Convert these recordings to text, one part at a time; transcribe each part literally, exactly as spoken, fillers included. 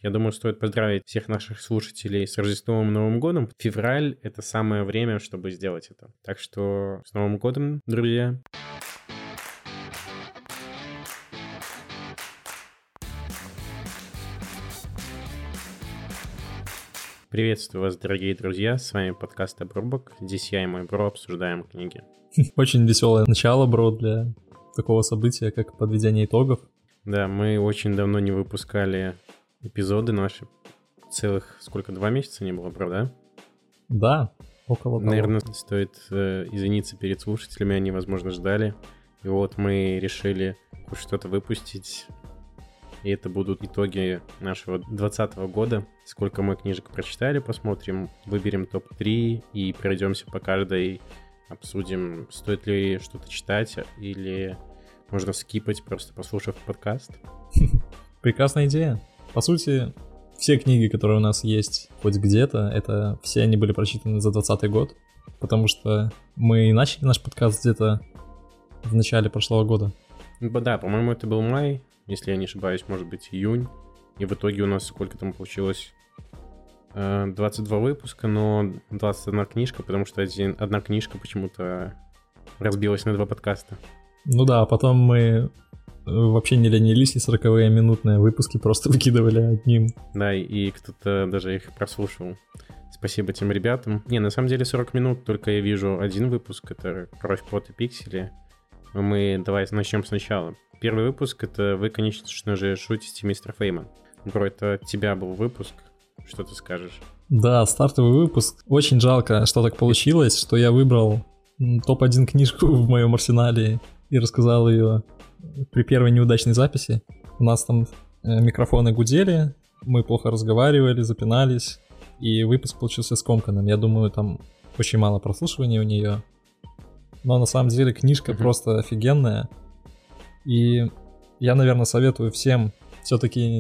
Я думаю, стоит поздравить всех наших слушателей с Рождеством и Новым годом. Февраль — это самое время, чтобы сделать это. Так что с Новым годом, друзья! Приветствую вас, дорогие друзья, с вами подкаст «Обрубок». Здесь я и мой бро обсуждаем книги. Очень веселое начало, бро, для такого события, как подведение итогов. Да, мы очень давно не выпускали эпизоды наши. Целых, сколько, два месяца не было, бро, да? Да, около того. Наверное, стоит э, извиниться перед слушателями, они, возможно, ждали. И вот мы решили хоть что-то выпустить. И это будут итоги нашего двадцатого года. Сколько мы книжек прочитали, посмотрим, выберем топ три и пройдемся по каждой, обсудим, стоит ли что-то читать или можно скипать, просто послушав подкаст. Прекрасная идея. По сути, все книги, которые у нас есть хоть где-то, это все они были прочитаны за двадцатый год, потому что мы начали наш подкаст где-то в начале прошлого года. Да, по-моему, это был май. Если я не ошибаюсь, может быть, июнь. И в итоге у нас сколько там получилось? двадцать два выпуска, но двадцать одна книжка, потому что один, одна книжка почему-то разбилась на два подкаста. Ну да, а потом мы вообще не ленились и сороковые минутные выпуски просто выкидывали одним. Да, и кто-то даже их прослушал. Спасибо тем ребятам. Не, на самом деле сорок минут, только я вижу один выпуск, это «Кровь, пот и пиксели». Мы давай начнем сначала. Первый выпуск — это вы, конечно же, шутите, мистер Фейман. Бро, это от тебя был выпуск. Что ты скажешь? Да, стартовый выпуск. Очень жалко, что так получилось, что я выбрал топ один книжку в моем арсенале и рассказал ее при первой неудачной записи. У нас там микрофоны гудели, мы плохо разговаривали, запинались, и выпуск получился скомканным. Я думаю, там очень мало прослушивания у нее. Но на самом деле книжка uh-huh. просто офигенная. И я, наверное, советую всем все-таки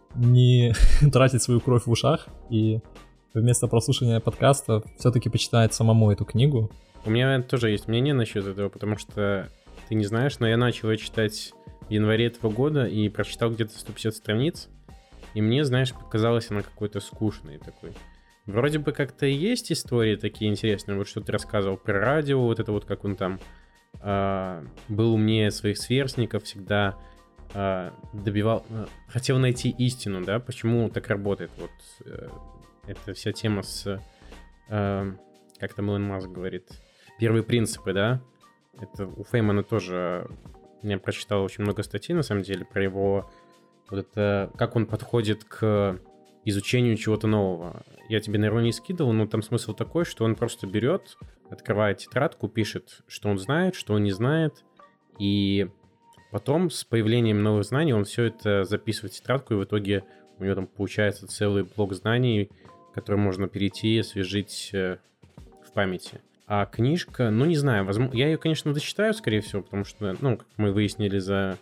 не тратить свою кровь в ушах и вместо прослушивания подкаста все-таки почитать самому эту книгу. У меня тоже есть мнение насчет этого, потому что ты не знаешь, но я начал ее читать в январе этого года и прочитал где-то сто пятьдесят страниц, и мне, знаешь, показалась она какой-то скучной такой. Вроде бы как-то и есть истории такие интересные, вот что ты рассказывал про радио, вот это вот как он там Uh, был умнее своих сверстников, всегда uh, добивал, uh, хотел найти истину, да, почему так работает. Вот uh, эта вся тема с, uh, как там Илон Маск говорит, первые принципы, да, это у Феймана тоже, я прочитал очень много статей, на самом деле, про его, вот это, как он подходит к изучению чего-то нового. Я тебе, наверное, не скидывал, но там смысл такой, что он просто берет, открывает тетрадку, пишет, что он знает, что он не знает, и потом с появлением новых знаний он все это записывает в тетрадку, и в итоге у него там получается целый блок знаний, который можно перейти и освежить в памяти. А книжка, ну не знаю, возможно, я ее, конечно, дочитаю, скорее всего, потому что, ну, как мы выяснили за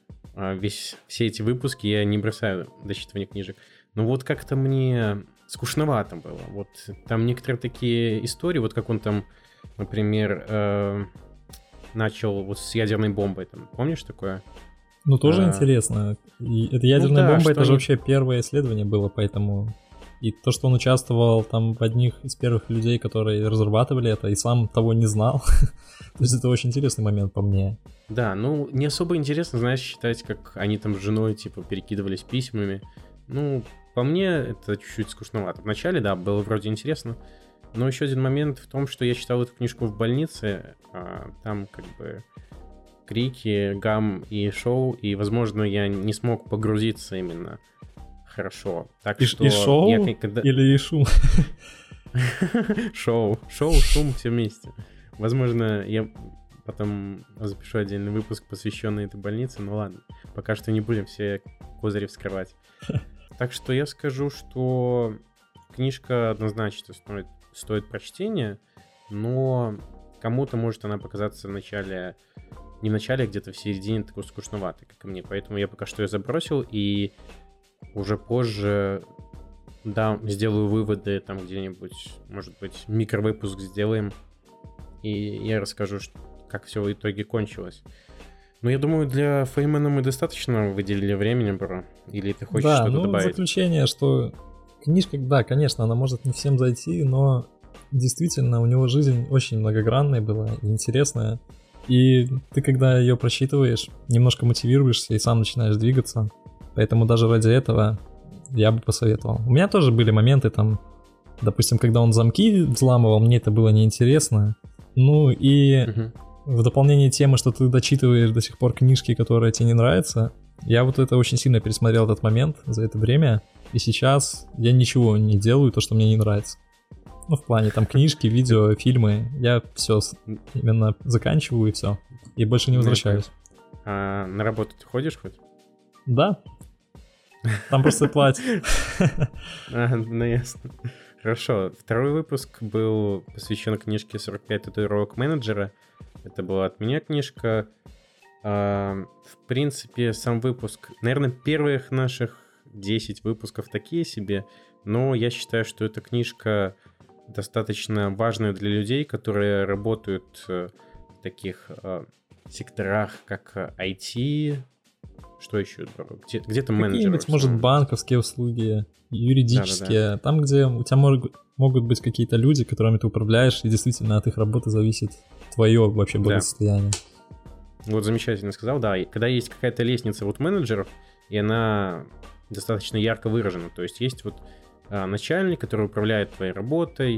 весь, все эти выпуски, я не бросаю дочитывание книжек. Но вот как-то мне скучновато было. Вот там некоторые такие истории, вот как он там, например, э, начал вот с ядерной бомбой. Там, помнишь такое? Ну, тоже а... интересно. И эта ядерная ну, да, бомба, это же они... вообще первое исследование было, поэтому... И то, что он участвовал там в одних из первых людей, которые разрабатывали это, и сам того не знал. То есть это очень интересный момент по мне. Да, ну, не особо интересно, знаешь, считать, как они там с женой, типа, перекидывались письмами. Ну, по мне, это чуть-чуть скучновато. Вначале, да, было вроде интересно, но еще один момент в том, что я читал эту книжку в больнице, а там как бы крики, гам и шоу, и, возможно, я не смог погрузиться именно хорошо. Так и, что и шоу я, когда... или и шум? Шоу, шоу, шум, все вместе. Возможно, я потом запишу отдельный выпуск, посвященный этой больнице, но ладно, пока что не будем все козыри вскрывать. Так что я скажу, что книжка однозначно стоит, стоит прочтения, но кому-то может она показаться в начале, не в начале, а где-то в середине такой скучноватой, как и мне. Поэтому я пока что ее забросил, и уже позже, да, сделаю выводы там где-нибудь, может быть, микровыпуск сделаем, и я расскажу, как все в итоге кончилось. Ну, я думаю, для Феймана мы достаточно выделили времени, бро. Или ты хочешь да, что-то ну, добавить? заключение, что книжка, да, конечно, она может не всем зайти, но действительно у него жизнь очень многогранная была и интересная. И ты, когда ее прочитываешь, немножко мотивируешься и сам начинаешь двигаться. Поэтому даже ради этого я бы посоветовал. У меня тоже были моменты там, допустим, когда он замки взламывал, мне это было неинтересно. Ну и Угу. в дополнение темы, что ты дочитываешь до сих пор книжки, которые тебе не нравятся, я вот это очень сильно пересмотрел этот момент за это время. И сейчас я ничего не делаю, то, что мне не нравится. Ну, в плане там книжки, видео, фильмы. Я все именно заканчиваю и все. И больше не возвращаюсь. А на работу ты ходишь хоть? Да. Там просто платят. А, ну ясно. Хорошо. Второй выпуск был посвящен книжке сорок пять татуировок менеджера. Это была от меня книжка. А, в принципе, сам выпуск... Наверное, первых наших десять выпусков такие себе. Но я считаю, что эта книжка достаточно важная для людей, которые работают в таких а, секторах, как ай ти. Что еще? Где, где-то менеджеры. Какие-нибудь, может, банковские услуги, юридические. Да-да-да. Там, где у тебя мог, могут быть какие-то люди, которыми ты управляешь, и действительно от их работы зависит твое вообще благосостояние. Да. Вот замечательно сказал, да. И когда есть какая-то лестница вот менеджеров, и она достаточно ярко выражена. То есть есть вот а, начальник, который управляет твоей работой,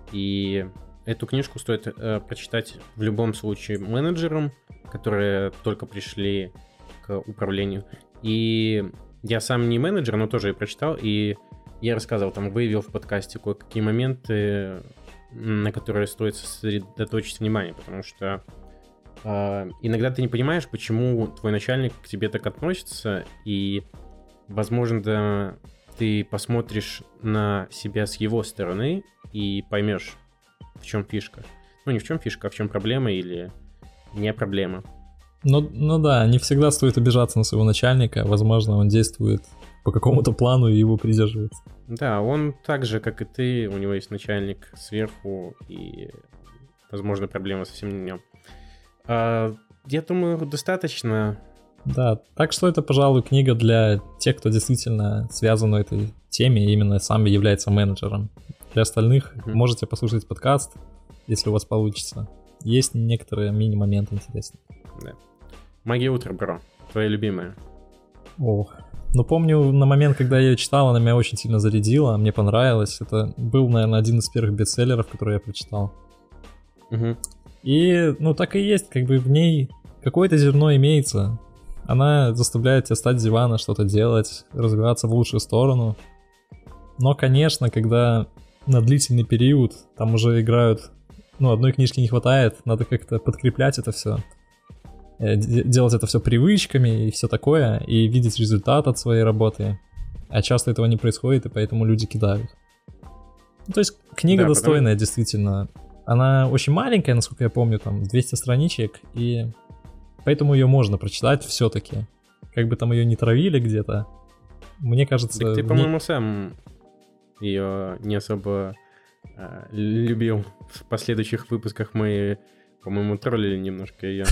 и эту книжку стоит а, прочитать в любом случае менеджерам, которые только пришли к управлению. И я сам не менеджер, но тоже и прочитал, и я рассказывал, там, выявил в подкасте кое-какие моменты, на которые стоит сосредоточить внимание, потому что э, иногда ты не понимаешь, почему твой начальник к тебе так относится, и, возможно, да, ты посмотришь на себя с его стороны и поймешь, в чем фишка. Ну, не в чем фишка, а в чем проблема или не проблема. Ну, ну да, не всегда стоит обижаться на своего начальника. Возможно, он действует по какому-то плану и его придерживается. Да, он так же, как и ты, у него есть начальник сверху, и, возможно, проблема совсем не в нем. А, я думаю, достаточно. Да, так что это, пожалуй, книга для тех, кто действительно связан в этой теме и именно сам является менеджером. Для остальных mm-hmm. можете послушать подкаст, если у вас получится. Есть некоторые мини-моменты интересные. Да. «Магия утра», бро. Твоя любимая. Ох. Ну, помню, на момент, когда я ее читал, она меня очень сильно зарядила, мне понравилось. Это был, наверное, один из первых бестселлеров, которые я прочитал. Угу. И, ну, так и есть, как бы в ней какое-то зерно имеется. Она заставляет тебя встать с дивана, что-то делать, развиваться в лучшую сторону. Но, конечно, когда на длительный период там уже играют... Ну, одной книжки не хватает, надо как-то подкреплять это все. Делать это все привычками и все такое, и видеть результат от своей работы. А часто этого не происходит, и поэтому люди кидают. Ну, то есть книга да, достойная, потому... действительно. Она очень маленькая, насколько я помню, там двести страничек, и поэтому ее можно прочитать все-таки. Как бы там ее не травили где-то. Мне кажется... Так ты, мне... по-моему, сам ее не особо а, любил. В последующих выпусках мы, по-моему, троллили немножко ее.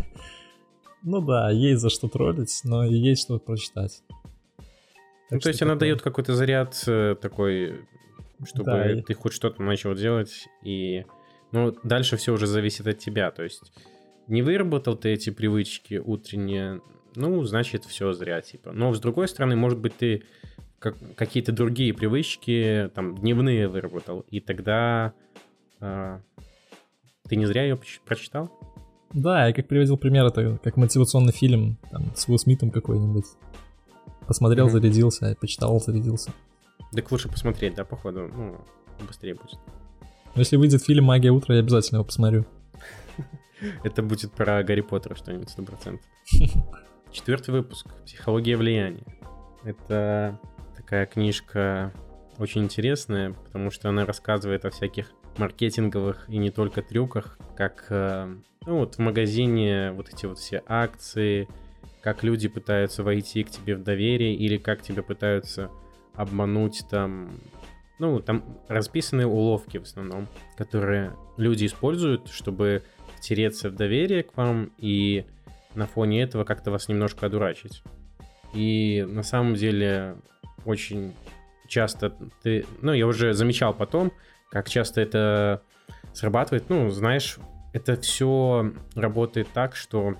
Ну да, есть за что троллить, но и есть что прочитать. Ну, то есть она дает какой-то заряд такой, чтобы ты хоть что-то начал делать, и... Ну, дальше все уже зависит от тебя, то есть не выработал ты эти привычки утренние, ну, значит, все зря, типа. Но, с другой стороны, может быть, ты как, какие-то другие привычки, там, дневные выработал, и тогда э, ты не зря ее прочитал? Да, я как приводил пример, это как мотивационный фильм, там, с Уилл Смитом какой-нибудь. Посмотрел, mm-hmm. зарядился, почитал, зарядился. Так лучше посмотреть, да, походу, ну, быстрее будет. Но если выйдет фильм «Магия утра», я обязательно его посмотрю. Это будет про Гарри Поттера что-нибудь, сто процентов. Четвертый выпуск. «Психология влияния». Это такая книжка очень интересная, потому что она рассказывает о всяких маркетинговых и не только трюках, как, ну, вот в магазине вот эти вот все акции, как люди пытаются войти к тебе в доверие или как тебя пытаются обмануть там. Ну, там расписаны уловки в основном, которые люди используют, чтобы втереться в доверие к вам и на фоне этого как-то вас немножко одурачить. И на самом деле очень часто ты... Ну, я уже замечал потом, как часто это срабатывает. Ну, знаешь, это все работает так, что...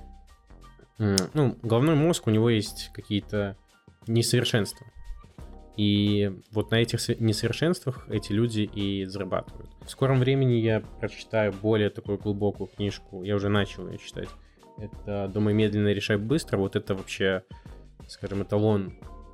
Ну, головной мозг, у него есть какие-то несовершенства. И вот на этих несовершенствах эти люди и зарабатывают. В скором времени я прочитаю более такую глубокую книжку. Я уже начал ее читать. Это «Думай медленно, решай быстро». Вот это вообще, скажем, эталон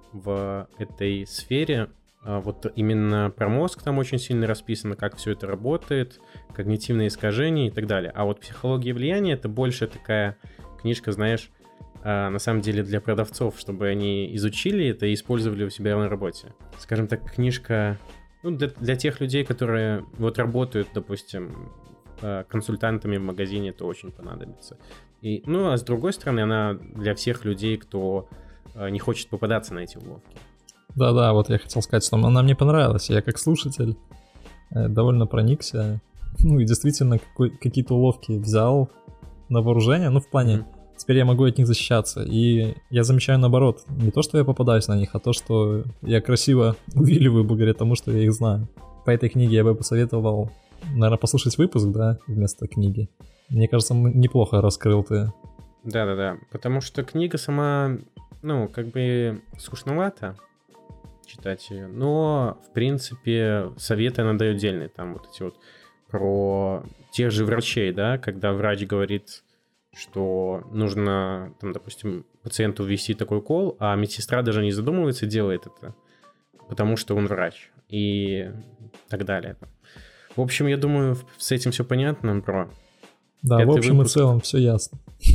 в этой сфере. Вот именно про мозг там очень сильно расписано, как все это работает, когнитивные искажения и так далее. А вот «Психология влияния» — это больше такая книжка, знаешь, на самом деле для продавцов, чтобы они изучили это и использовали у себя на работе. Скажем так, книжка, ну, для, для тех людей, которые вот работают, допустим, консультантами в магазине, это очень понадобится. И, ну, а с другой стороны, она для всех людей, кто не хочет попадаться на эти уловки. Да-да, вот я хотел сказать, что она мне понравилась. Я как слушатель довольно проникся. Ну и действительно какой, какие-то уловки взял на вооружение, ну в плане... Mm-hmm. Теперь я могу от них защищаться. И я замечаю наоборот. Не то, что я попадаюсь на них, а то, что я красиво увиливаю благодаря тому, что я их знаю. По этой книге я бы посоветовал, наверное, послушать выпуск, да, вместо книги. Мне кажется, неплохо раскрыл ты. Да-да-да, потому что книга сама, ну, как бы скучновата читать ее, но, в принципе, советы она дает дельные. Там вот эти вот про тех же врачей, да, когда врач говорит... что нужно, там, допустим, пациенту ввести такой укол, а медсестра даже не задумывается, делает это, потому что он врач и так далее. В общем, я думаю, с этим все понятно, бро. Да, Пятый в общем выпуск. И целом все ясно.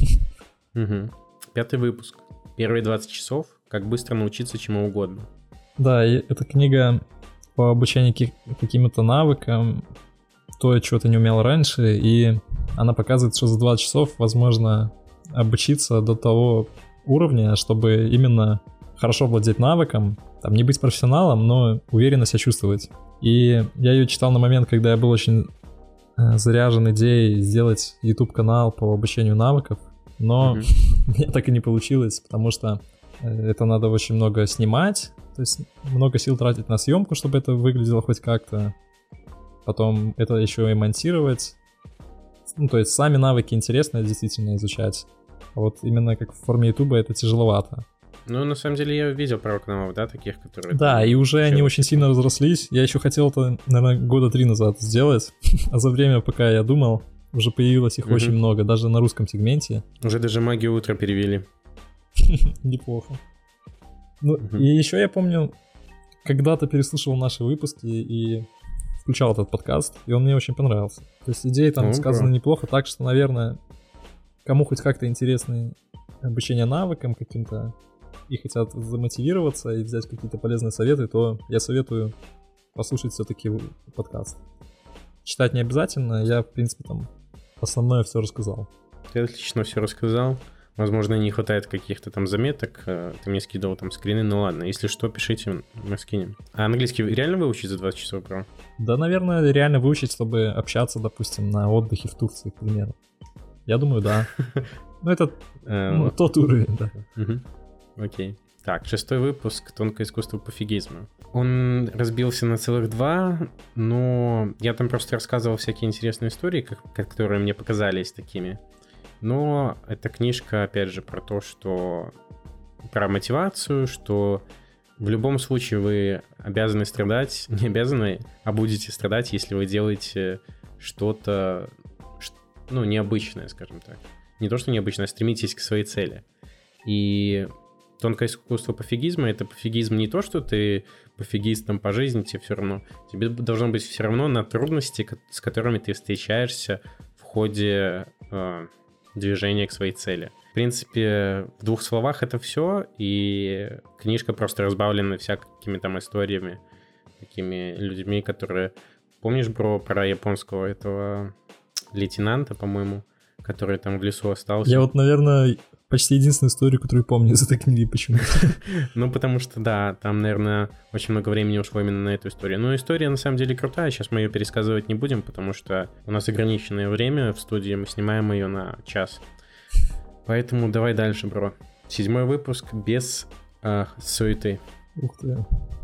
Угу. Пятый выпуск. Первые двадцать часов. Как быстро научиться чему угодно. Да, и эта книга по обучению каким-то навыкам, то, чего ты не умел раньше, и она показывает, что за двадцать часов возможно обучиться до того уровня, чтобы именно хорошо владеть навыком, там, не быть профессионалом, но уверенно себя чувствовать. И я ее читал на момент, когда я был очень заряжен идеей сделать YouTube-канал по обучению навыков, но mm-hmm. мне так и не получилось, потому что это надо очень много снимать, то есть много сил тратить на съемку, чтобы это выглядело хоть как-то. Потом это еще и монтировать. Ну, то есть сами навыки интересно действительно изучать. А вот именно как в форме Ютуба это тяжеловато. Ну, на самом деле, я видел пару каналов, да, таких, которые... Да, и уже они очень сильно разрослись. Я еще хотел это, наверное, года три назад сделать. А за время, пока я думал, уже появилось их очень много, даже на русском сегменте. Уже даже «Магию утра» перевели. Неплохо. Ну, и еще я помню, когда-то переслушивал наши выпуски и... включал этот подкаст, и он мне очень понравился. То есть идеи там oh, сказаны bro. неплохо, так что, наверное, кому хоть как-то интересно обучение навыкам каким-то и хотят замотивироваться и взять какие-то полезные советы, то я советую послушать все-таки подкаст. Читать не обязательно, я, в принципе, там основное все рассказал. Ты отлично все рассказал. Возможно, не хватает каких-то там заметок. Ты мне скидывал там скрины, ну ладно. Если что, пишите, мы скинем. А английский реально выучить за двадцать часов, бро? Да, наверное, реально выучить, чтобы общаться, допустим, на отдыхе в Турции, к примеру. Я думаю, да. Ну, это тот уровень, да. Окей. Так, шестой выпуск «Тонкое искусство пофигизма». Он разбился на целых два, но я там просто рассказывал всякие интересные истории, которые мне показались такими. Но эта книжка, опять же, про то, что... про мотивацию, что в любом случае вы обязаны страдать, не обязаны, а будете страдать, если вы делаете что-то, ну, необычное, скажем так. Не то, что необычное, а стремитесь к своей цели. И тонкое искусство пофигизма — это пофигизм не то, что ты пофигист там по жизни, тебе все равно. Тебе должно быть все равно на трудности, с которыми ты встречаешься в ходе... Э, движение к своей цели. В принципе, в двух словах это все, и книжка просто разбавлена всякими там историями, такими людьми, которые... Помнишь, бро, про японского этого лейтенанта, по-моему, который там в лесу остался? Я вот, наверное, почти единственную историю, которую помню из этой книги почему-то. Ну, потому что, да, там, наверное, очень много времени ушло именно на эту историю. Но история, на самом деле, крутая. Сейчас мы ее пересказывать не будем, потому что у нас ограниченное время в студии. Мы снимаем ее на час. Поэтому давай дальше, бро. Седьмой выпуск без а, суеты. Ух ты.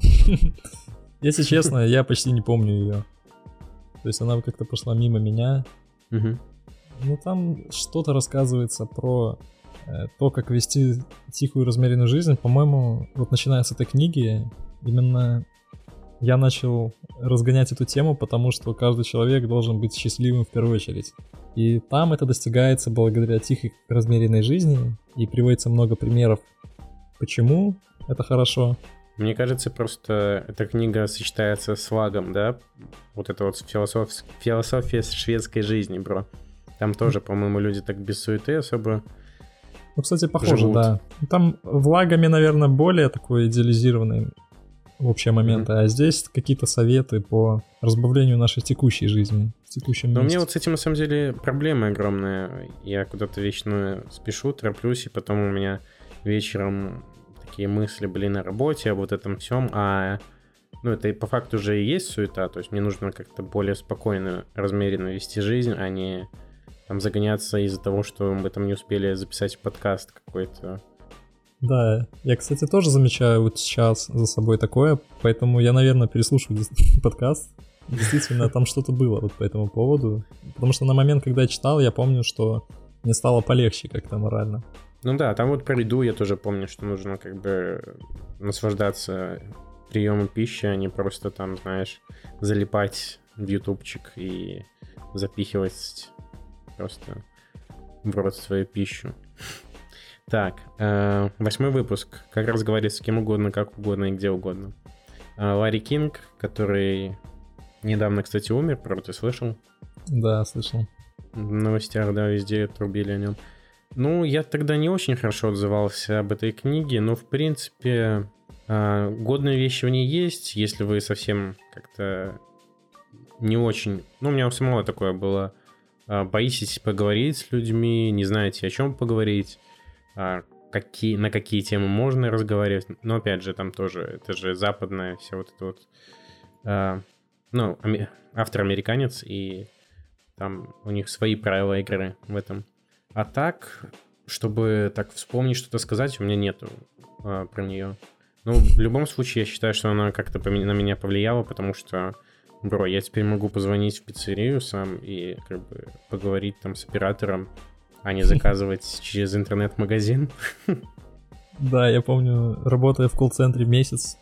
Если честно, я почти не помню ее. То есть она как-то прошла мимо меня. Угу. Ну там что-то рассказывается про э, то, как вести тихую размеренную жизнь. По-моему, вот начиная с этой книги, именно я начал разгонять эту тему, потому что каждый человек должен быть счастливым в первую очередь. И там это достигается благодаря тихой размеренной жизни, и приводится много примеров, почему это хорошо. Мне кажется, просто эта книга сочетается с лагом, да? Вот это вот философ... философия шведской жизни, бро. Там тоже, по-моему, люди так без суеты особо Ну, кстати, похоже, живут. Да. Там в лагами, наверное, более такой идеализированный общие моменты, mm-hmm. а здесь какие-то советы по разбавлению нашей текущей жизни, в текущем месте. Но у меня вот с этим, на самом деле, проблема огромная. Я куда-то вечно спешу, тороплюсь, и потом у меня вечером такие мысли, блин, о работе, об вот этом всем, а ну, это и по факту уже и есть суета, то есть мне нужно как-то более спокойно, размеренно вести жизнь, а не там загоняться из-за того, что мы там не успели записать подкаст какой-то. Да, я, кстати, тоже замечаю вот сейчас за собой такое, поэтому я, наверное, переслушаю подкаст. Действительно, там что-то было вот по этому поводу. Потому что на момент, когда я читал, я помню, что мне стало полегче как-то морально. Ну да, там вот про еду я тоже помню, что нужно как бы наслаждаться приемом пищи, а не просто там, знаешь, залипать в ютубчик и запихивать просто в рот свою пищу. Так, э, восьмой выпуск. Как разговаривать с кем угодно, как угодно и где угодно. Э, Ларри Кинг, который недавно, кстати, умер, правда, ты слышал? Да, слышал. В новостях, да, везде трубили о нем. Ну, я тогда не очень хорошо отзывался об этой книге, но, в принципе, э, годные вещи в ней есть, если вы совсем как-то не очень... Ну, у меня у самого такое было. Э, боитесь поговорить с людьми, не знаете, о чем поговорить. Какие, на какие темы можно разговаривать. Но опять же, там тоже, это же западная вся вот эта вот... Э, ну, ами, автор-американец, и там у них свои правила игры в этом. А так, чтобы так вспомнить, что-то сказать, у меня нету э, про нее. Ну, в любом случае, я считаю, что она как-то на меня повлияла, потому что, бро, я теперь могу позвонить в пиццерию сам и как бы поговорить там с оператором, а не заказывать через интернет-магазин. Да, я помню, работая в колл-центре месяц,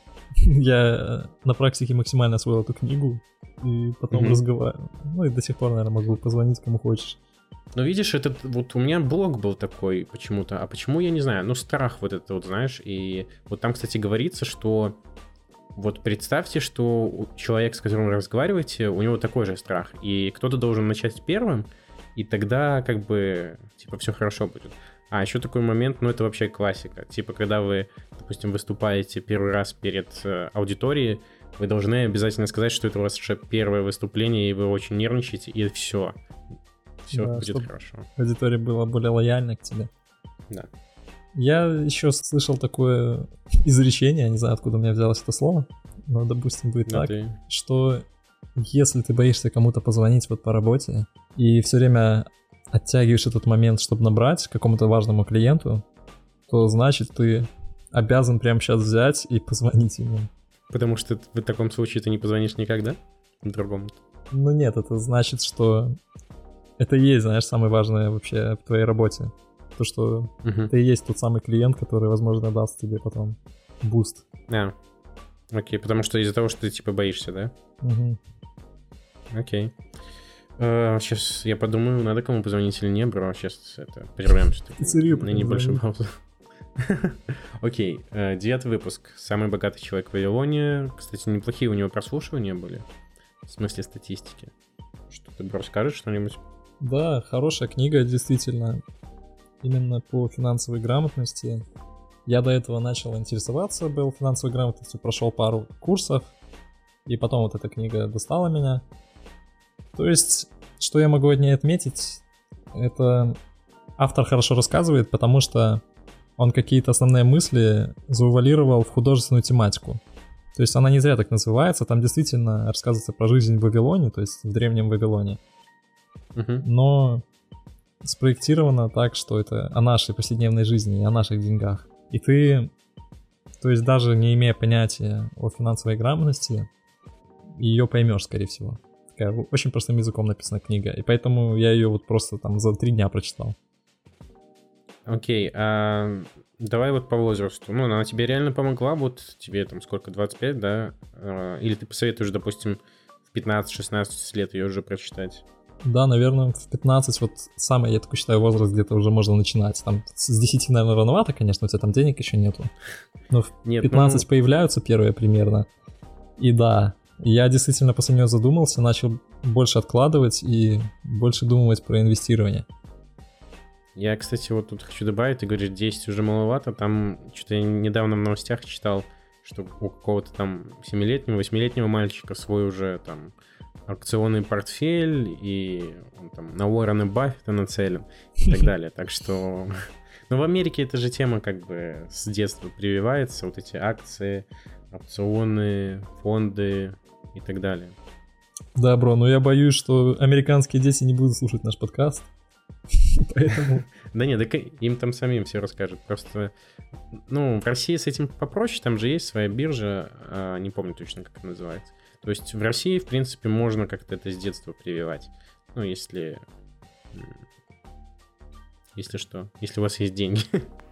я на практике максимально освоил эту книгу, и потом mm-hmm. разговаривал. Ну и до сих пор, наверное, могу позвонить кому хочешь. Ну, видишь, этот вот у меня блог был такой почему-то, а почему, я не знаю, ну, страх вот это вот, знаешь, и вот там, кстати, говорится, что вот представьте, что человек, с которым вы разговариваете, у него такой же страх, и кто-то должен начать первым, и тогда как бы, типа, все хорошо будет. А еще такой момент, ну это вообще классика. Типа, когда вы, допустим, выступаете первый раз перед э, аудиторией, вы должны обязательно сказать, что это у вас уже первое выступление, и вы очень нервничаете, и все. Все да, будет хорошо. Аудитория была более лояльна к тебе. Да. Я еще слышал такое изречение, не знаю, откуда у меня взялось это слово, но, допустим, будет но так, ты... что если ты боишься кому-то позвонить вот по работе, и все время оттягиваешь этот момент, чтобы набрать какому-то важному клиенту, то значит ты обязан прямо сейчас взять и позвонить ему. Потому что в таком случае ты не позвонишь никогда? Другому? Ну нет, это значит, что это и есть, знаешь, самое важное вообще в твоей работе. То, что uh-huh. ты и есть тот самый клиент, который, возможно, даст тебе потом буст. А, окей, потому что из-за того, что ты типа боишься, да? Угу. Окей. Uh, сейчас я подумаю, надо кому позвонить или не, бро. Сейчас это прервемся на небольшую паузу. Окей, девятый выпуск. Самый богатый человек в Вавилоне. Кстати, неплохие у него прослушивания были. В смысле статистики. Что ты, бро, скажешь что-нибудь? Да, хорошая книга, действительно. Именно по финансовой грамотности. Я до этого начал интересоваться, был финансовой грамотностью, прошел пару курсов. И потом вот эта книга достала меня. То есть, что я могу от ней отметить, это автор хорошо рассказывает, потому что он какие-то основные мысли заувалировал в художественную тематику. То есть она не зря так называется, там действительно рассказывается про жизнь в Вавилоне, то есть в древнем Вавилоне. Uh-huh. Но спроектирована так, что это о нашей повседневной жизни и о наших деньгах. И ты, то есть даже не имея понятия о финансовой грамотности, ее поймешь, скорее всего. Такая очень простым языком написана книга, и поэтому я ее вот просто там за три дня прочитал. Окей, а давай вот по возрасту. Ну, она тебе реально помогла, вот тебе там сколько, двадцать пять, да? Или ты посоветуешь, допустим, в пятнадцать-шестнадцать лет ее уже прочитать? Да, наверное, в пятнадцать вот самый, я такой считаю, возраст, где-то уже можно начинать. Там с десяти, наверное, рановато, конечно, у тебя там денег еще нету. Но в Нет, пятнадцать ну... появляются первые примерно. И да, я действительно после нее задумался, начал больше откладывать и больше думать про инвестирование. Я, кстати, вот тут хочу добавить, ты говоришь, десять уже маловато. Там что-то я недавно в новостях читал, что у какого-то там семилетнего, восьмилетнего мальчика свой уже там акционный портфель, и он там на Уоррена Баффета нацелен и так далее. Так что... Но в Америке эта же тема как бы с детства прививается, вот эти акции, опционы, фонды и так далее. Да, бро, но я боюсь, что американские дети не будут слушать наш подкаст. Поэтому... Да нет, так им там самим все расскажут. Просто, ну, в России с этим попроще, там же есть своя биржа, а, не помню точно, как это называется. То есть в России, в принципе, можно как-то это с детства прививать. Ну, если... Если что, если у вас есть деньги.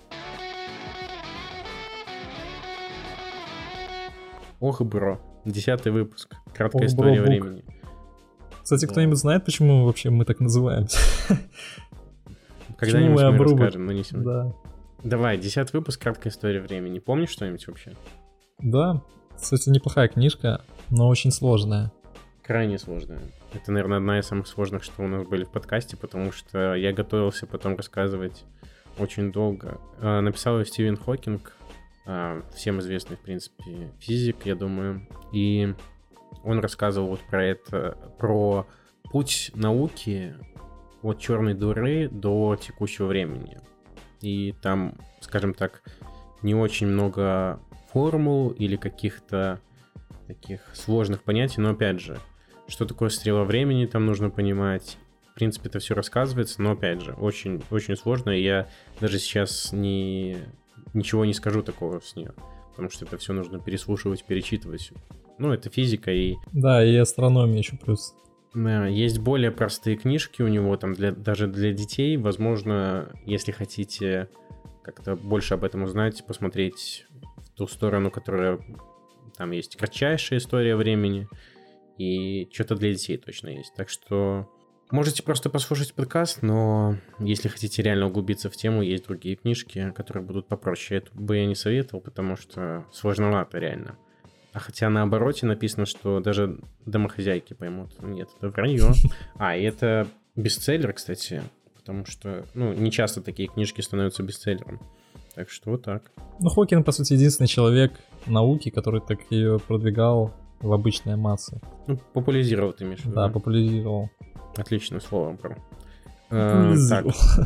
Ох, бро, десятый выпуск. Краткая Ох, история бро, времени. Кстати, да. Кто-нибудь знает, почему вообще мы так называемся? Когда-нибудь мы, мы расскажем, но не сегодня. Да. Давай, десятый выпуск «Краткая история времени». Помнишь что-нибудь вообще? Да, кстати, неплохая книжка, но очень сложная. Крайне сложная. Это, наверное, одна из самых сложных, что у нас были в подкасте, потому что я готовился потом рассказывать очень долго. Написал ее Стивен Хокинг, всем известный, в принципе, физик, я думаю. И он рассказывал вот про это, про путь науки от черной дыры до текущего времени. И там, скажем так, не очень много формул или каких-то таких сложных понятий, но опять же, что такое стрела времени, там нужно понимать. В принципе, это все рассказывается, но опять же, очень, очень сложно, и я даже сейчас не, ничего не скажу такого с нее, потому что это все нужно переслушивать, перечитывать. Ну, это физика и... Да, и астрономия еще плюс. Да, есть более простые книжки у него, там для, даже для детей. Возможно, если хотите как-то больше об этом узнать, посмотреть в ту сторону, которая... Там есть кратчайшая история времени, и что-то для детей точно есть. Так что можете просто послушать подкаст, но если хотите реально углубиться в тему, есть другие книжки, которые будут попроще. Это бы я не советовал, потому что сложновато реально. А хотя на обороте написано, что даже домохозяйки поймут. Нет, это вранье. А, и это бестселлер, кстати, потому что, ну, не часто такие книжки становятся бестселлером. Так что вот так. Ну, Хокинг, по сути, единственный человек науки, который так ее продвигал в обычные массы. Ну, популяризировал, ты имеешь в виду? Да, популяризировал. Отличное слово, бро. Uh, так.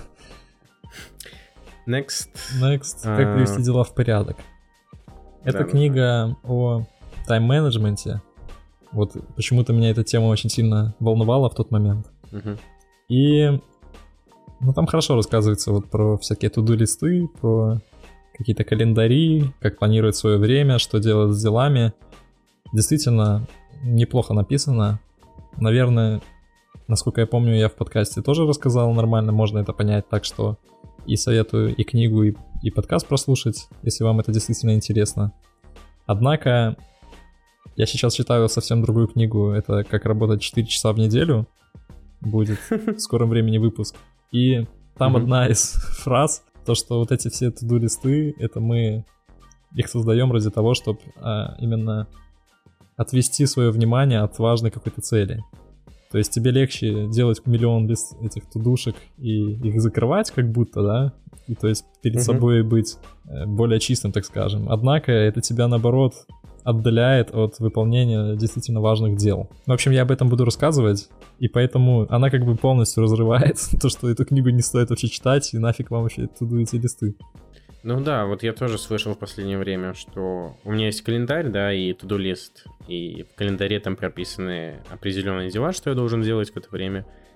Next. Next. Uh, как привести дела в порядок. Это да, книга да. о тайм-менеджменте. Вот почему-то меня эта тема очень сильно волновала в тот момент. Uh-huh. И ну, там хорошо рассказывается вот про всякие туду-листы, про какие-то календари, как планировать свое время, что делать с делами. Действительно, неплохо написано. Наверное, насколько я помню, я в подкасте тоже рассказал нормально, можно это понять, так что и советую и книгу, и, и подкаст прослушать, если вам это действительно интересно. Однако, я сейчас читаю совсем другую книгу, это «Как работать четыре часа в неделю», будет в скором времени выпуск. И там mm-hmm. одна из фраз, то, что вот эти все туду-листы, это мы их создаем ради того, чтобы а, именно отвести свое внимание от важной какой-то цели. То есть тебе легче делать миллион лист этих тудушек и их закрывать как будто, да? И то есть перед mm-hmm. собой быть более чистым, так скажем. Однако это тебя, наоборот, отдаляет от выполнения действительно важных дел. В общем, я об этом буду рассказывать, и поэтому она как бы полностью разрывает то, что эту книгу не стоит вообще читать, и нафиг вам вообще туду эти листы. Ну да, вот я тоже слышал в последнее время, что у меня есть календарь, да, и туду-лист, и в календаре там прописаны определенные дела, что я должен делать в это время.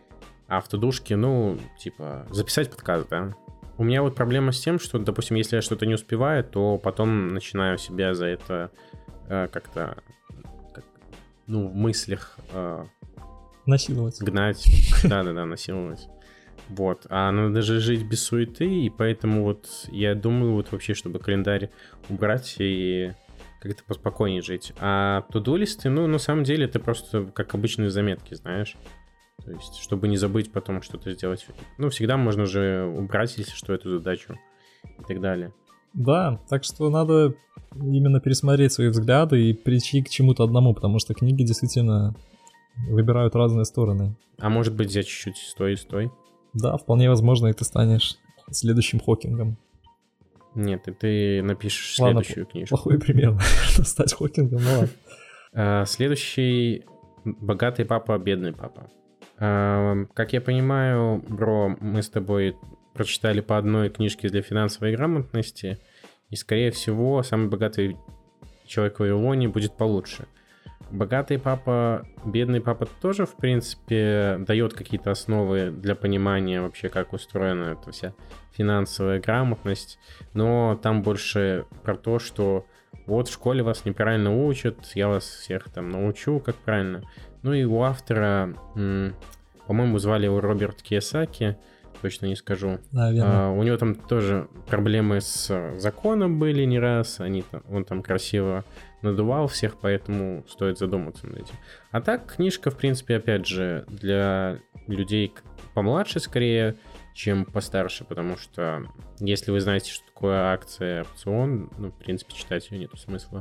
А в тудушке, ну, типа, записать подкаст, да. У меня вот проблема с тем, что, допустим, если я что-то не успеваю, то потом начинаю себя за это э, как-то, как, ну, в мыслях э, насиловать. Гнать. Да-да-да, насиловать. Вот. А надо же жить без суеты, и поэтому вот я думаю, вот вообще, чтобы календарь убрать и как-то поспокойнее жить. А тудулисты, ну, на самом деле, это просто как обычные заметки, знаешь. То есть, чтобы не забыть потом что-то сделать. Ну, всегда можно же убрать, если что, эту задачу и так далее. Да, так что надо именно пересмотреть свои взгляды и прийти к чему-то одному, потому что книги действительно выбирают разные стороны. А может быть, взять чуть-чуть стой и стой? Да, вполне возможно, и ты станешь следующим Хокингом. Нет, и ты напишешь ладно, следующую книжку. Плохой пример, наверное, стать Хокингом, ну ладно. Следующий «Богатый папа, бедный папа». Как я понимаю, бро, мы с тобой прочитали по одной книжке для финансовой грамотности, и, скорее всего, самый богатый человек в Вавилоне будет получше. Богатый папа, бедный папа тоже, в принципе, дает какие-то основы для понимания вообще, как устроена эта вся финансовая грамотность, но там больше про то, что вот в школе вас неправильно учат, я вас всех там научу, как правильно. Ну и у автора, м- по-моему, звали его Роберт Кийосаки, точно не скажу. А, у него там тоже проблемы с законом были не раз, они там, он там красиво надувал всех, поэтому стоит задуматься над этим. А так, книжка, в принципе, опять же, для людей помладше скорее, чем постарше, потому что если вы знаете, что такое акция, опцион, ну, в принципе, читать ее нету смысла.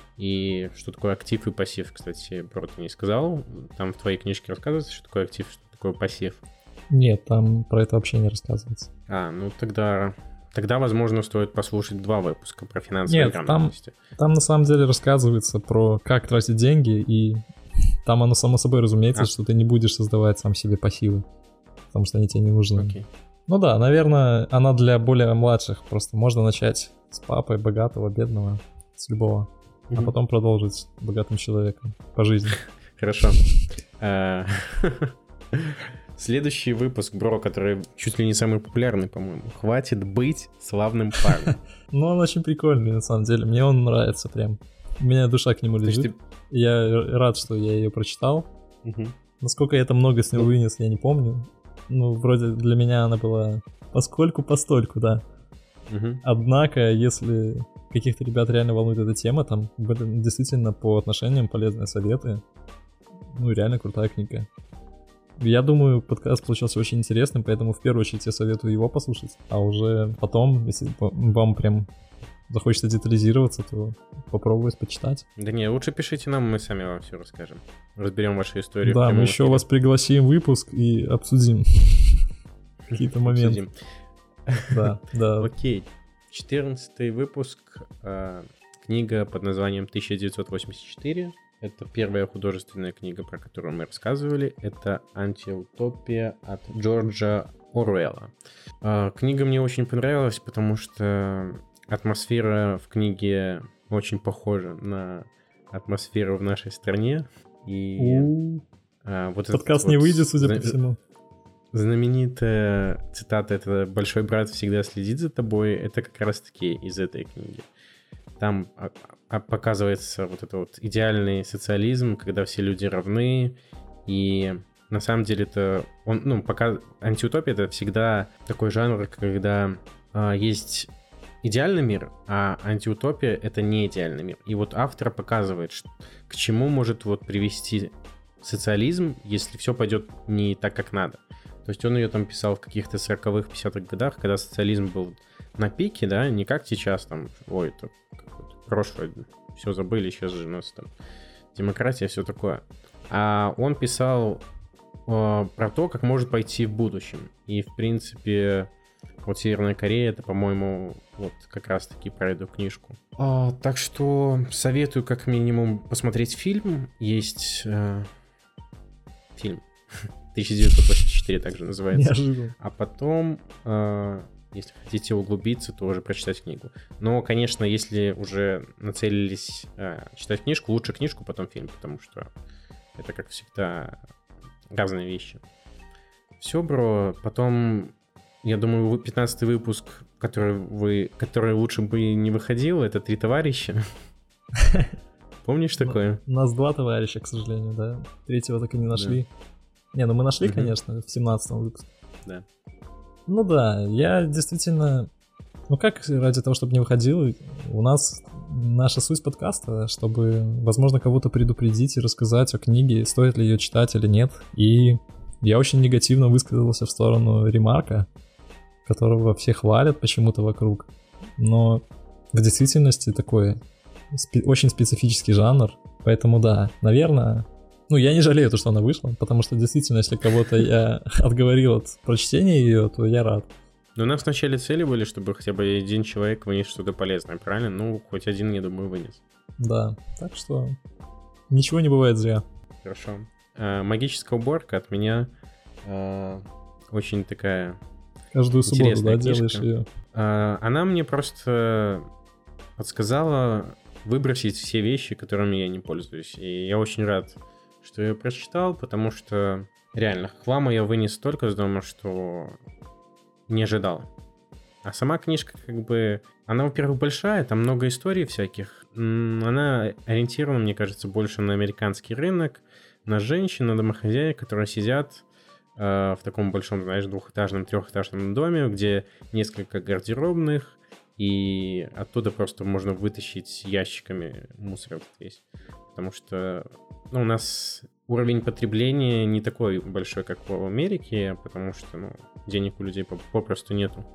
И что такое актив и пассив, кстати, Бро, ты не сказал. Там в твоей книжке рассказывается, что такое актив, что такое пассив. Нет, там про это вообще не рассказывается. А, ну тогда, тогда возможно, стоит послушать два выпуска про финансовые грамотности. Нет, там, там на самом деле рассказывается про как тратить деньги, и там оно само собой разумеется, а. что ты не будешь создавать сам себе пассивы, потому что они тебе не нужны. Okay. Ну да, наверное, она для более младших, просто можно начать с папы, богатого, бедного, с любого, mm-hmm. а потом продолжить богатым человеком по жизни. Хорошо. Следующий выпуск, бро, который чуть ли не самый популярный, по-моему. «Хватит быть славным парнем». Ну, он очень прикольный, на самом деле. Мне он нравится прям. У меня душа к нему лежит. Я рад, что я ее прочитал. Насколько я это много с него вынес, я не помню. Ну, вроде для меня она была поскольку-постольку, да. Однако, если каких-то ребят реально волнует эта тема, там действительно по отношениям полезные советы. Ну, реально крутая книга. Я думаю, подкаст получился очень интересным, поэтому в первую очередь я советую его послушать, а уже потом, если вам прям захочется детализироваться, то попробовать почитать. Да не, лучше пишите нам, мы сами вам все расскажем. Разберем ваши истории. Да, мы еще вас пригласим в выпуск и обсудим какие-то моменты. Да, да. Окей. четырнадцатый выпуск. Книга под названием тысяча девятьсот восемьдесят четыре. Это первая художественная книга, про которую мы рассказывали. Это «Антиутопия» от Джорджа Оруэлла. Книга мне очень понравилась, потому что атмосфера в книге очень похожа на атмосферу в нашей стране. И вот подкаст не вот выйдет, судя зна- по всему. Знаменитая цитата «Это большой брат всегда следит за тобой» — это как раз-таки из этой книги. Там показывается вот это вот идеальный социализм, когда все люди равны, и на самом деле это он, ну, пока антиутопия — это всегда такой жанр, когда а, есть идеальный мир, а антиутопия — это не идеальный мир. И вот автор показывает, что, к чему может вот привести социализм, если все пойдет не так, как надо. То есть он ее там писал в каких-то сороковых, пятидесятых годах, когда социализм был на пике, да, не как сейчас там, ой, это прошлое, все забыли, сейчас же у нас там демократия, все такое. А он писал э, про то, как может пойти в будущем. И, в принципе, вот Северная Корея, это, по-моему, вот как раз-таки про эту книжку. А, так что советую как минимум посмотреть фильм. Есть э, фильм тысяча девятьсот восемьдесят четыре также называется. Неожиданно. А потом... Э, если хотите углубиться, то уже прочитать книгу. Но, конечно, если уже нацелились э, читать книжку, лучше книжку, потом фильм, потому что это, как всегда, разные вещи. Все, бро. Потом, я думаю, пятнадцатый выпуск, который, вы, который лучше бы не выходил, это «Три товарища». Помнишь такое? У нас два товарища, к сожалению, да. Третьего так и не нашли. Да. Не, ну мы нашли, угу. конечно, в семнадцатом выпуске. Да. Ну да, я действительно... Ну как ради того, чтобы не выходил, у нас наша суть подкаста, чтобы, возможно, кого-то предупредить и рассказать о книге, стоит ли ее читать или нет. И я очень негативно высказался в сторону Ремарка, которого все хвалят почему-то вокруг. Но в действительности такой спе- очень специфический жанр, поэтому да, наверное... Ну, я не жалею то, что она вышла, потому что действительно, если кого-то я отговорил от прочтения ее, то я рад. Но у нас вначале цели были, чтобы хотя бы один человек вынес что-то полезное, правильно? Ну, хоть один, я думаю, вынес. Да, так что ничего не бывает зря. Хорошо. А, магическая уборка от меня а, очень такая Каждую субботу, да, книжка. делаешь ее? А, она мне просто подсказала выбросить все вещи, которыми я не пользуюсь. И я очень рад, что я прочитал, потому что реально хлама я вынес столько из дома, что не ожидал. А сама книжка, как бы, она, во-первых, большая, там много историй всяких. Она ориентирована, мне кажется, больше на американский рынок, на женщин, на домохозяек, которые сидят э, в таком большом, знаешь, двухэтажном, трехэтажном доме, где несколько гардеробных, и оттуда просто можно вытащить ящиками мусор вот весь. Потому что, ну, у нас уровень потребления не такой большой, как в Америке, потому что, ну, денег у людей попросту нету.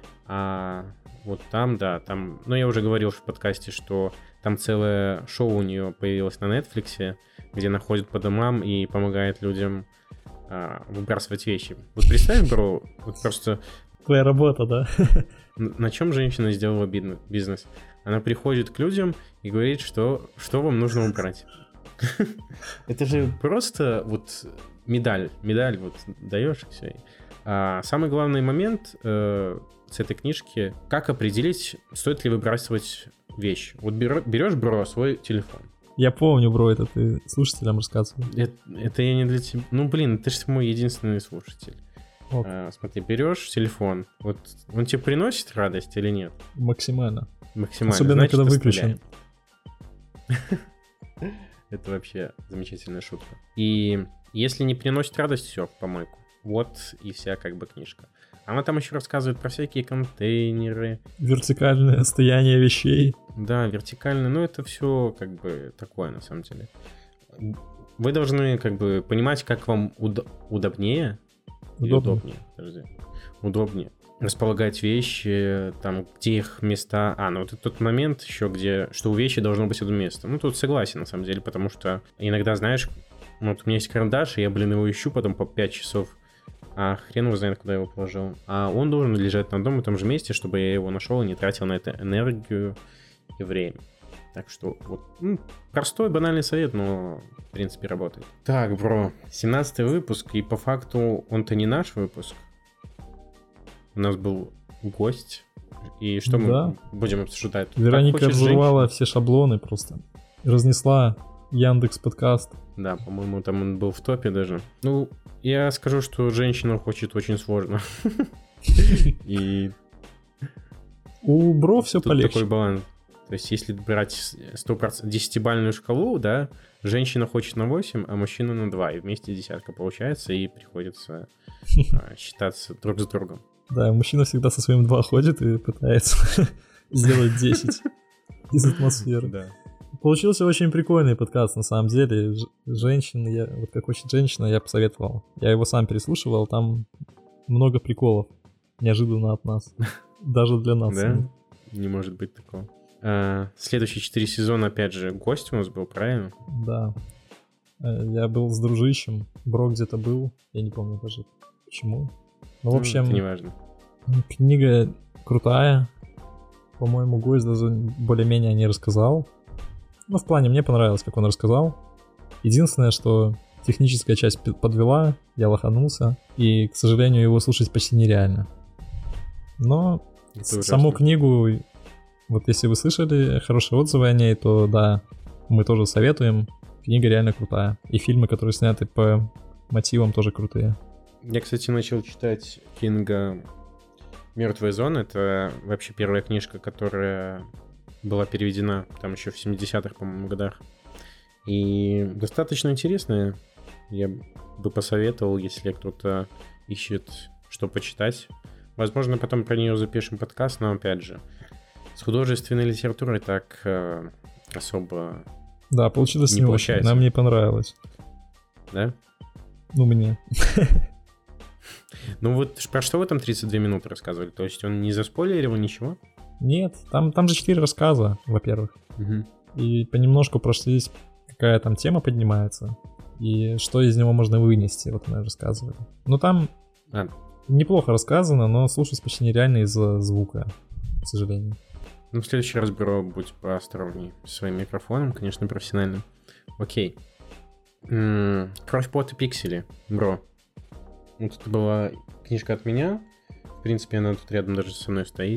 А вот там, да, там... Ну, я уже говорил в подкасте, что там целое шоу у нее появилось на Netflix, где она ходит по домам и помогает людям а, выбрасывать вещи. Вот представь, бро, вот просто... Твоя работа, да? На чем женщина сделала бизнес? Она приходит к людям и говорит, что, что вам нужно убрать. Это же просто вот медаль. Медаль вот даешь и все. А самый главный момент э, с этой книжки, как определить, стоит ли выбрасывать вещь. Вот берешь, бро, свой телефон. Я помню, бро, это ты слушателям рассказывал. Это, это я не для тебя. Ну, блин, ты же мой единственный слушатель. Вот. А, смотри, берешь телефон, вот он тебе приносит радость или нет? Максимально. Максимально. Особенно, значит, когда выключен. Это вообще замечательная шутка. И если не приносит радость, все, в помойку. Вот и вся как бы книжка. Она там еще рассказывает про всякие контейнеры. Вертикальное стояние вещей. Да, вертикальное, но это все как бы такое на самом деле. Вы должны как бы понимать, как вам уд- удобнее. Удобнее. Удобнее, подожди. Удобнее располагать вещи, там, где их места... А, ну вот тот момент еще, где... Что у вещи должно быть одно место. Ну, тут согласен, на самом деле, потому что иногда, знаешь, вот у меня есть карандаш, и я, блин, его ищу потом по пять часов, а хрен его знает, куда я его положил. А он должен лежать на одном и том же месте, чтобы я его нашел и не тратил на это энергию и время. Так что, вот, ну, простой, банальный совет, но, в принципе, работает. Так, бро, семнадцатый выпуск, и по факту он-то не наш выпуск. У нас был гость, и что да. мы будем обсуждать? Вероника разорвала все шаблоны просто. Разнесла Яндекс подкаст. Да, по-моему, там он был в топе даже. Ну, я скажу, что женщина хочет очень сложно. И... У бро все полегче. Такой баланс. То есть, если брать сто процентов десятибалльную шкалу, да, женщина хочет на восемь, а мужчина на два. И вместе десятка получается, и приходится а, считаться друг с другом. Да, мужчина всегда со своим два ходит и пытается сделать десять из атмосферы. Да. Получился очень прикольный подкаст, на самом деле. Ж- женщин, я, вот как очень женщина, я посоветовал. Я его сам переслушивал, там много приколов. Неожиданно от нас. Даже для нас. Да? Не может быть такого. А, следующие четыре сезона, опять же, гость у нас был, правильно? Да. Я был с дружищем. Бро где-то был. Я не помню даже почему. Ну, в общем... Это не важно. Книга крутая. По-моему, гость даже более-менее не рассказал. Ну, в плане, мне понравилось, как он рассказал. Единственное, что техническая часть подвела, я лоханулся. И, к сожалению, его слушать почти нереально. Но саму книгу... Вот если вы слышали хорошие отзывы о ней, то да, мы тоже советуем. Книга реально крутая. И фильмы, которые сняты по мотивам, тоже крутые. Я, кстати, начал читать Кинга «Мертвая зона». Это вообще первая книжка, которая была переведена там еще в семидесятых, по-моему, годах. И достаточно интересная. Я бы посоветовал, если кто-то ищет, что почитать. Возможно, потом про нее запишем подкаст, но опять же, с художественной литературой так э, особо Да, получилось не не получается. очень. Нам не понравилось. Да? Ну, мне. Ну вот про что вы там тридцать две минуты рассказывали? То есть он не заспойлерил ничего? Нет, там, там же четыре рассказа, во-первых. Угу. И понемножку прошлись, какая там тема поднимается, и что из него можно вынести, вот мы рассказывали. Ну там А. неплохо рассказано, но слушать почти нереально из-за звука, к сожалению. Ну, в следующий раз, бро, будь поосторожней с своим микрофоном, конечно, профессиональным. Окей. М-м, «Кровь, пот и пиксели», бро. Вот это была книжка от меня. В принципе, она тут рядом даже со мной стоит.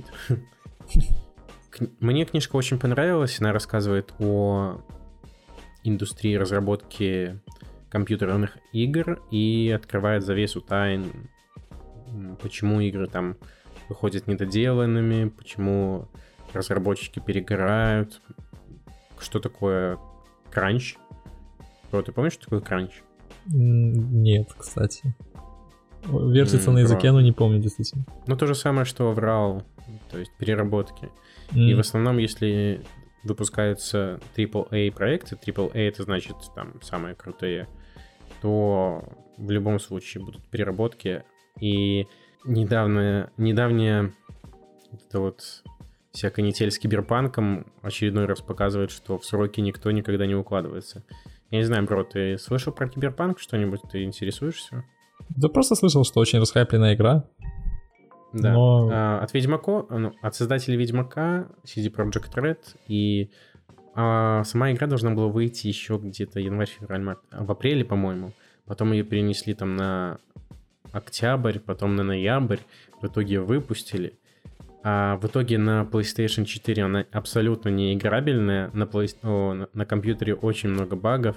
Мне книжка очень понравилась. Она рассказывает о индустрии разработки компьютерных игр и открывает завесу тайн, почему игры там выходят недоделанными, почему разработчики перегорают, что такое кранч. Бро, ты помнишь, что такое кранч? Нет, кстати. Вертится Mm, на языке, бро. но не помню, действительно. Ну, то же самое, что в рау, то есть переработки. Mm. И в основном, если выпускаются трипл эй проекты, трипл эй это значит там самые крутые, то в любом случае будут переработки. И недавно, недавняя вот эта вот вся канитель с киберпанком очередной раз показывает, что в сроки никто никогда не укладывается. Я не знаю, бро, ты слышал про киберпанк что-нибудь? Ты интересуешься? Да просто слышал, что очень расхайпленная игра. Да. Но... А, от Ведьмака, ну, от создателей Ведьмака, си ди Projekt Red, и а, сама игра должна была выйти еще где-то январь-февраль, март, в апреле, по-моему. Потом ее перенесли там на октябрь, потом на ноябрь. В итоге выпустили. А в итоге на PlayStation четыре она абсолютно не играбельная. На, плей... О, на, на компьютере очень много багов.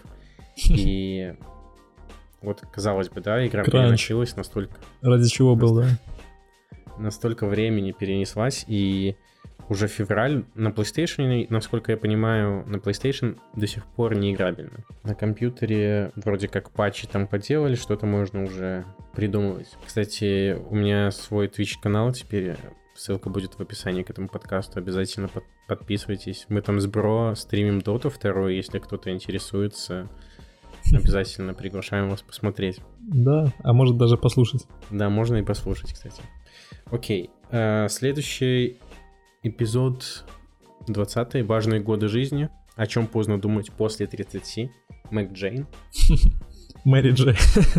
И вот, казалось бы, да, игра переносилась настолько... Ради чего был, да? Настолько времени перенеслась, и уже февраль на PlayStation, насколько я понимаю, на PlayStation до сих пор не играбельно. На компьютере вроде как патчи там поделали, что-то можно уже придумывать. Кстати, у меня свой Twitch-канал теперь, ссылка будет в описании к этому подкасту, обязательно под- подписывайтесь. Мы там с бро стримим Доту второй, если кто-то интересуется, обязательно приглашаем вас посмотреть. Да, а может даже послушать. Да, можно и послушать, кстати. Окей, а, следующий эпизод двадцатый. Важные годы жизни. О чем поздно думать после тридцати. Мэг Джейн. Мэри Джей.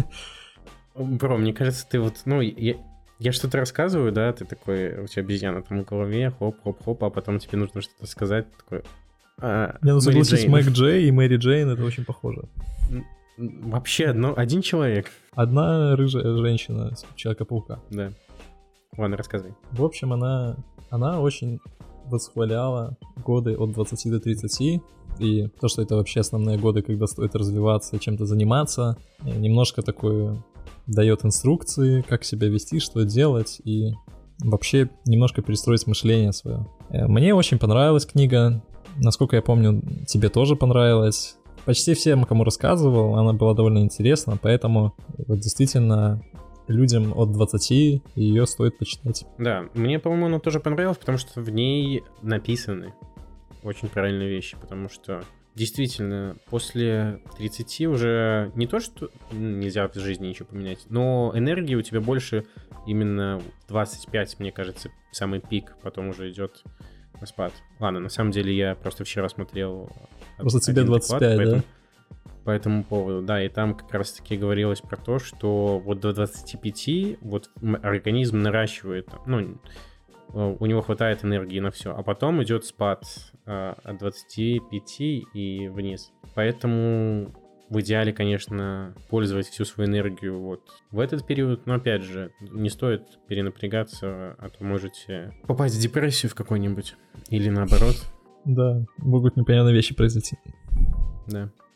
Бро, мне кажется, ты вот, ну, я, я что-то рассказываю, да, ты такой, у тебя обезьяна там в голове, хоп-хоп-хоп, а потом тебе нужно что-то сказать, такой... А, Я ну, Мэри согласись, Джейн. Мэг Джей и Мэри Джейн — это очень похоже. Вообще одно, один человек. Одна рыжая женщина с Человека-паука. Да. Ладно, рассказывай. В общем, она, она очень восхваляла годы от двадцати до тридцати, и то, что это вообще основные годы, когда стоит развиваться и чем-то заниматься. Немножко такое дает инструкции, как себя вести, что делать, и вообще немножко перестроить мышление свое. Мне очень понравилась книга. Насколько я помню, тебе тоже понравилась. Почти всем, кому рассказывал, она была довольно интересна, поэтому вот действительно людям от двадцати ее стоит почитать. Да, мне, по-моему, она тоже понравилась, потому что в ней написаны очень правильные вещи, потому что действительно после тридцати уже не то, что нельзя в жизни ничего поменять, но энергии у тебя больше именно в двадцать пять, мне кажется, самый пик, потом уже идет на спад. Ладно, на самом деле я просто вчера смотрел... Просто тебе двадцать пять, поэтому, да? По этому поводу, да, и там как раз-таки говорилось про то, что вот до двадцати пяти вот организм наращивает, ну, у него хватает энергии на все, а потом идет спад а, от двадцати пяти и вниз. Поэтому в идеале, конечно, пользовать всю свою энергию вот в этот период, но опять же, не стоит перенапрягаться, а то можете попасть в депрессию в какой-нибудь, или наоборот. Да, могут непонятные вещи произойти. Да.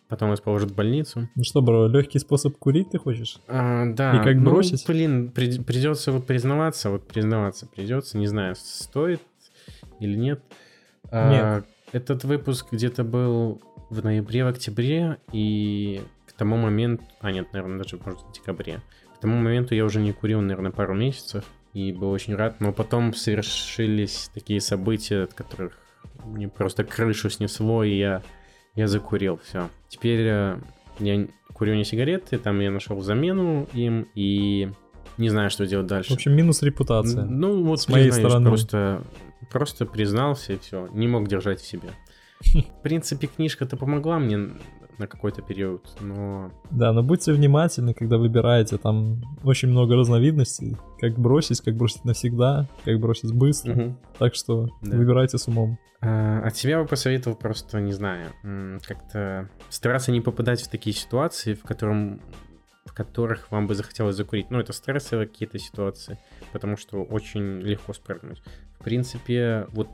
потом вас положат в больницу. Ну что, бро, легкий способ курить ты хочешь? А, да. И как ну, бросить? Блин, при, придется вот признаваться, вот признаваться придется, не знаю, стоит или нет. А, Нет. Этот выпуск где-то был в ноябре, в октябре, и к тому моменту... А, нет, наверное, даже, может, в декабре. К тому моменту я уже не курил, наверное, пару месяцев, и был очень рад. Но потом совершились такие события, от которых мне просто крышу снесло, и я, я закурил, все. Теперь э, я курю не сигареты, там я нашел замену им, и не знаю, что делать дальше. В общем, минус репутация. Ну, вот с моей стороны. Просто, просто признался, и все. Не мог держать в себе. В принципе, книжка-то помогла мне на какой-то период, но... Да, но будьте внимательны, когда выбираете. Там очень много разновидностей. Как бросить, как бросить навсегда, как бросить быстро. Угу. Так что Да. выбирайте с умом. А, от себя бы посоветовал просто, не знаю, как-то стараться не попадать в такие ситуации, в, котором, в которых вам бы захотелось закурить. Ну, это стрессовые какие-то ситуации, потому что очень легко спрыгнуть. В принципе, вот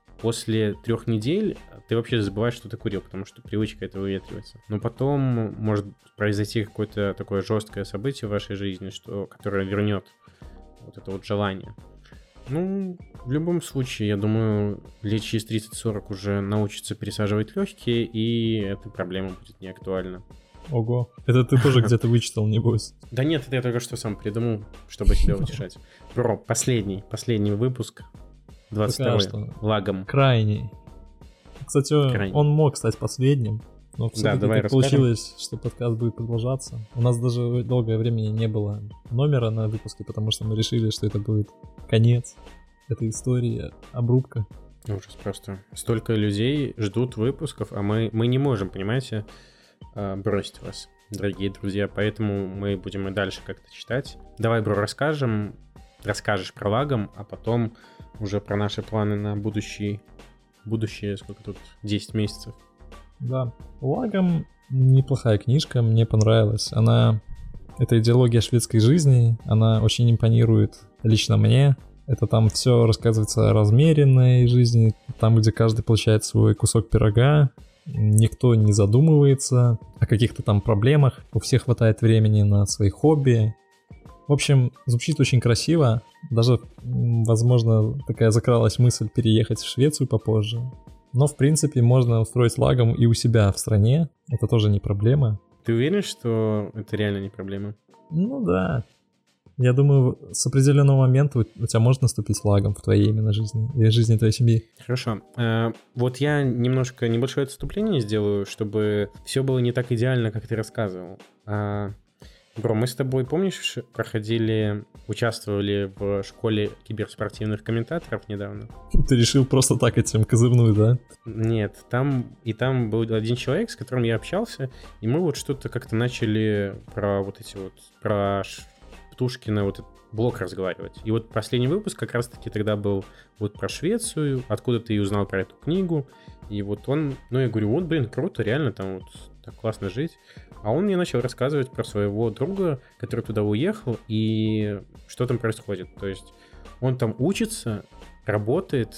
после трех недель ты вообще забываешь, что ты курил, потому что привычка это выветривается. Но потом может произойти какое-то такое жесткое событие в вашей жизни, что, которое вернет вот это вот желание. Ну, в любом случае, я думаю, лет через тридцать-сорок уже научатся пересаживать легкие, и эта проблема будет не актуальна. Ого. Это ты тоже где-то вычитал, небось? Да нет, это я только что сам придумал, чтобы себя утешать. Бро, последний, последний выпуск. двадцать второй. Лагом. Крайний. Кстати, Крайний. Он мог стать последним, но все-таки да, так получилось, что подкаст будет продолжаться. У нас даже долгое время не было номера на выпуске, потому что мы решили, что это будет конец этой истории, обрубка. Ужас просто. Столько людей ждут выпусков, а мы, мы не можем, понимаете, бросить вас, дорогие друзья. Поэтому мы будем и дальше как-то читать. Давай, бро, расскажем, расскажешь про Лагом, а потом уже про наши планы на будущий, будущее, сколько тут, десять месяцев. Да, Лагом неплохая книжка, мне понравилась. Она, это идеология шведской жизни, она очень импонирует лично мне. Это там все рассказывается о размеренной жизни, там, где каждый получает свой кусок пирога, никто не задумывается о каких-то там проблемах, у всех хватает времени на свои хобби. В общем, звучит очень красиво. Даже, возможно, такая закралась мысль переехать в Швецию попозже. Но, в принципе, можно устроить Лагом и у себя в стране. Это тоже не проблема. Ты уверен, что это реально не проблема? Ну да. Я думаю, с определенного момента у тебя может наступить Лагом в твоей именно жизни и в жизни твоей семьи. Хорошо. А, вот я немножко небольшое отступление сделаю, чтобы все было не так идеально, как ты рассказывал. А... Бро, мы с тобой, помнишь, проходили, участвовали в школе киберспортивных комментаторов недавно? Ты решил просто так этим козырнуть, да? Нет, там и там был один человек, с которым я общался, и мы вот что-то как-то начали про вот эти вот, про Птушкина вот этот блог разговаривать. И вот последний выпуск как раз-таки тогда был вот про Швецию, откуда ты и узнал про эту книгу, и вот он, ну я говорю, вот, блин, круто, реально там вот так классно жить. А он мне начал рассказывать про своего друга, который туда уехал, и что там происходит. То есть он там учится, работает,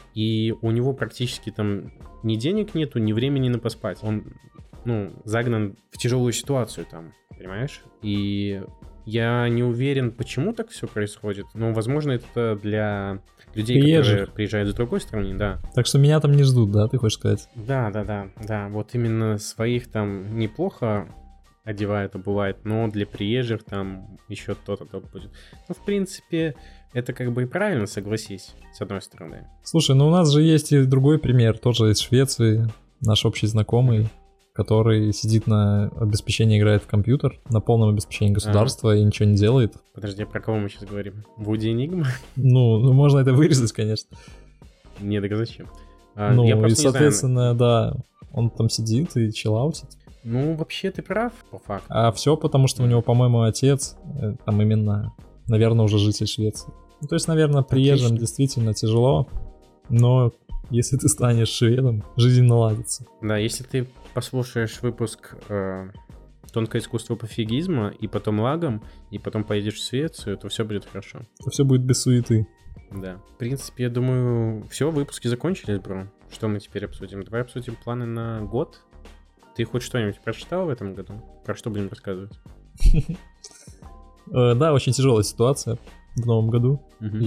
и у него практически там ни денег нету, ни времени на поспать. Он, ну, загнан в тяжелую ситуацию там, понимаешь? И я не уверен, почему так все происходит, но, возможно, это для людей, Приезжих. которые приезжают с другой страны, да. Так что меня там не ждут, да, ты хочешь сказать? Да, да, да, да, вот именно своих там неплохо одевают, обувают, но для приезжих там еще то-то, то будет. Ну, в принципе, это как бы и правильно, согласись, с одной стороны. Слушай, ну у нас же есть и другой пример, тоже из Швеции, наш общий знакомый, который сидит на обеспечении, играет в компьютер, на полном обеспечении государства а. и ничего не делает. Подожди, а про кого мы сейчас говорим? Вуди Энигма? Ну, ну, можно это вырезать, конечно. Не, так зачем? А, ну, и, соответственно, да, он там сидит и чиллаутит. Ну, вообще ты прав, по факту. А все потому, что у него, по-моему, отец, там именно, наверное, уже житель Швеции. Ну, то есть, наверное, приезжим Отлично. действительно тяжело, но если ты станешь шведом, жизнь наладится. Да, если ты послушаешь выпуск э, «Тонкое искусство пофигизма» и потом Лагом, и потом поедешь в Швецию, то все будет хорошо. То все будет без суеты. Да. В принципе, я думаю, все, выпуски закончились, бро. Что мы теперь обсудим? Давай обсудим планы на год. Ты хоть что-нибудь прочитал в этом году? Про что будем рассказывать? Да, очень тяжелая ситуация в новом году.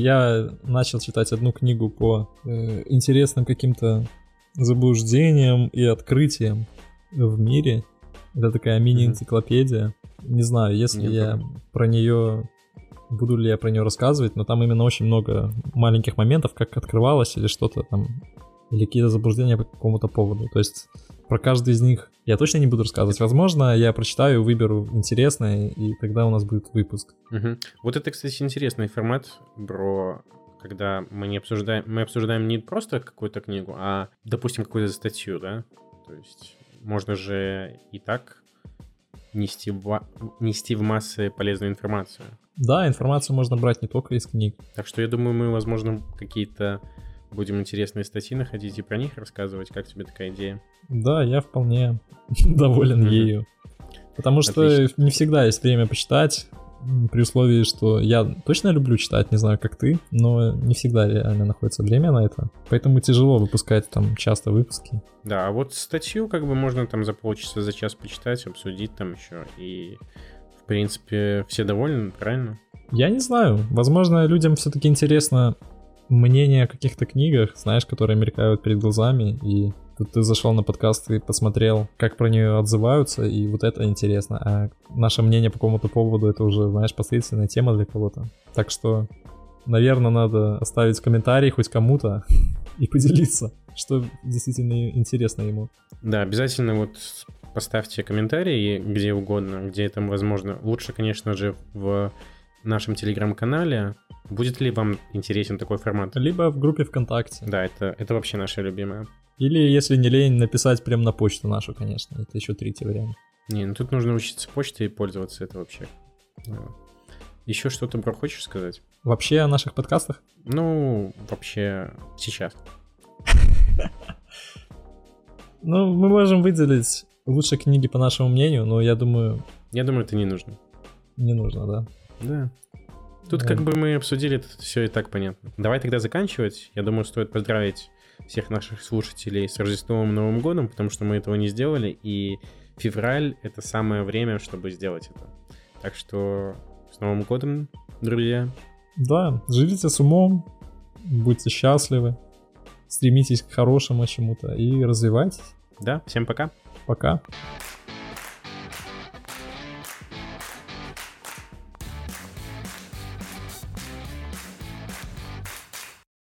Я начал читать одну книгу по интересным каким-то заблуждениям и открытиям в мире. Это такая мини-энциклопедия. Не знаю, если я про нее... Буду ли я про нее рассказывать, но там именно очень много маленьких моментов, как открывалось или что-то там, или какие-то заблуждения по какому-то поводу. То есть про каждый из них я точно не буду рассказывать. Возможно, я прочитаю, выберу интересное, и тогда у нас будет выпуск. Угу. Вот это, кстати, интересный формат, бро, когда мы не обсуждаем, мы обсуждаем не просто какую-то книгу, а, допустим, какую-то статью, да? То есть можно же и так нести в, нести в массы полезную информацию. Да, информацию можно брать не только из книг. Так что я думаю, мы, возможно, какие-то будем интересные статьи находить и про них рассказывать. Как тебе такая идея? Да, я вполне доволен mm-hmm. ею. Потому что Отлично. Не всегда есть время почитать, при условии, что я точно люблю читать, не знаю, как ты, но не всегда реально находится время на это. Поэтому тяжело выпускать там часто выпуски. Да, а вот статью как бы можно там за полчаса, за час почитать, обсудить там еще и... В принципе, все довольны, правильно? Я не знаю. Возможно, людям все-таки интересно мнение о каких-то книгах, знаешь, которые мелькают перед глазами, и тут ты зашел на подкаст и посмотрел, как про нее отзываются, и вот это интересно. А наше мнение по какому-то поводу — это уже, знаешь, посредственная тема для кого-то. Так что, наверное, надо оставить комментарий хоть кому-то и поделиться, что действительно интересно ему. Да, обязательно вот... Поставьте комментарии где угодно, где это возможно. Лучше, конечно же, в нашем телеграм-канале. Будет ли вам интересен такой формат? Либо в группе ВКонтакте. Да, это, это вообще наша любимая. Или, если не лень, написать прямо на почту нашу, конечно. Это еще третий вариант. Не, ну тут нужно учиться почтой и пользоваться, это вообще. Еще что-то, бро, хочешь сказать? Вообще о наших подкастах? Ну, вообще сейчас. Ну, мы можем выделить лучшие книги по нашему мнению, но я думаю... Я думаю, это не нужно. Не нужно, да? Да. Тут да. Как бы мы обсудили, это все и так понятно. Давай тогда заканчивать. Я думаю, стоит поздравить всех наших слушателей с Рождеством и Новым годом, потому что мы этого не сделали, и февраль — это самое время, чтобы сделать это. Так что с Новым годом, друзья. Да, живите с умом, будьте счастливы, стремитесь к хорошему чему-то и развивайтесь. Да, всем пока. Пока.